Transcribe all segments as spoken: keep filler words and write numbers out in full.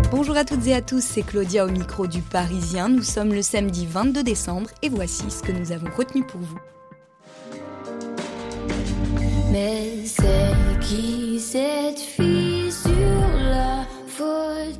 Bonjour à toutes et à tous, c'est Claudia au micro du Parisien. Nous sommes le samedi vingt-deux décembre et voici ce que nous avons retenu pour vous. Mais c'est qui cette fille sur la photo ?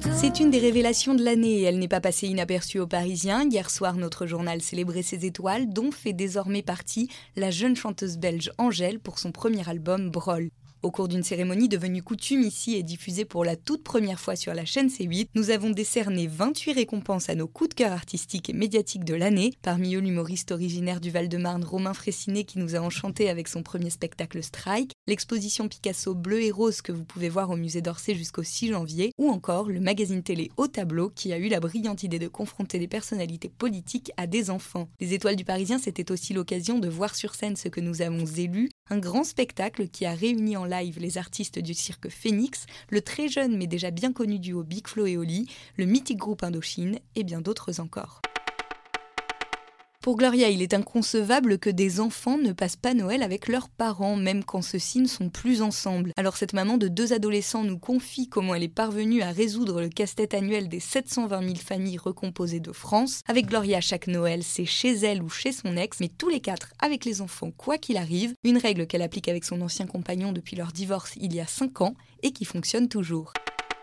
C'est une des révélations de l'année et elle n'est pas passée inaperçue aux Parisiens. Hier soir, notre journal célébrait ses étoiles, dont fait désormais partie la jeune chanteuse belge Angèle pour son premier album Brol. Au cours d'une cérémonie devenue coutume ici et diffusée pour la toute première fois sur la chaîne C huit, nous avons décerné vingt-huit récompenses à nos coups de cœur artistiques et médiatiques de l'année. Parmi eux, l'humoriste originaire du Val-de-Marne, Romain Fraissinet, qui nous a enchantés avec son premier spectacle Strike, l'exposition Picasso Bleu et Rose que vous pouvez voir au musée d'Orsay jusqu'au six janvier, ou encore le magazine télé Au Tableau qui a eu la brillante idée de confronter des personnalités politiques à des enfants. Les étoiles du Parisien, c'était aussi l'occasion de voir sur scène ce que nous avons élu, un grand spectacle qui a réuni en live les artistes du cirque Phoenix, le très jeune mais déjà bien connu duo Big Flo et Oli, le mythique groupe Indochine et bien d'autres encore. Pour Gloria, il est inconcevable que des enfants ne passent pas Noël avec leurs parents, même quand ceux-ci ne sont plus ensemble. Alors cette maman de deux adolescents nous confie comment elle est parvenue à résoudre le casse-tête annuel des sept cent vingt mille familles recomposées de France. Avec Gloria, chaque Noël, c'est chez elle ou chez son ex, mais tous les quatre avec les enfants, quoi qu'il arrive. Une règle qu'elle applique avec son ancien compagnon depuis leur divorce il y a cinq ans et qui fonctionne toujours.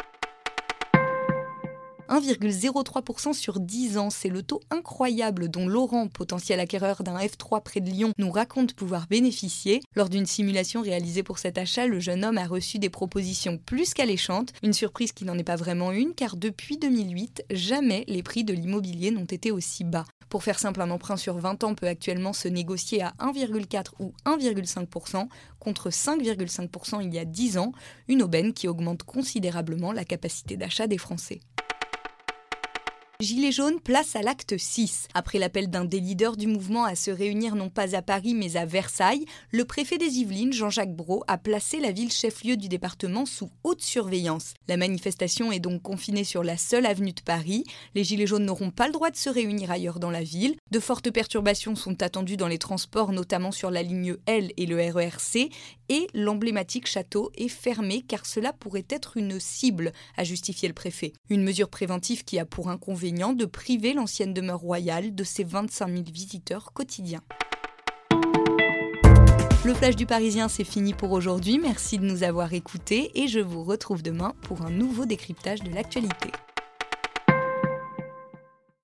un virgule zéro trois pour cent sur dix ans, c'est le taux incroyable dont Laurent, potentiel acquéreur d'un F trois près de Lyon, nous raconte pouvoir bénéficier. Lors d'une simulation réalisée pour cet achat, le jeune homme a reçu des propositions plus qu'alléchantes, une surprise qui n'en est pas vraiment une, car depuis deux mille huit, jamais les prix de l'immobilier n'ont été aussi bas. Pour faire simple, un emprunt sur vingt ans peut actuellement se négocier à un virgule quatre ou un virgule cinq pour cent contre cinq virgule cinq pour cent il y a dix ans, une aubaine qui augmente considérablement la capacité d'achat des Français. Gilets jaunes, place à l'acte six. Après l'appel d'un des leaders du mouvement à se réunir non pas à Paris mais à Versailles, le préfet des Yvelines, Jean-Jacques Brault, a placé la ville chef-lieu du département sous haute surveillance. La manifestation est donc confinée sur la seule avenue de Paris. Les Gilets jaunes n'auront pas le droit de se réunir ailleurs dans la ville. De fortes perturbations sont attendues dans les transports, notamment sur la ligne L et le R E R C. Et l'emblématique château est fermé car cela pourrait être une cible, a justifié le préfet. Une mesure préventive qui a pour inconvénient de priver l'ancienne demeure royale de ses vingt-cinq mille visiteurs quotidiens. Le Flash du Parisien, c'est fini pour aujourd'hui. Merci de nous avoir écoutés et je vous retrouve demain pour un nouveau décryptage de l'actualité.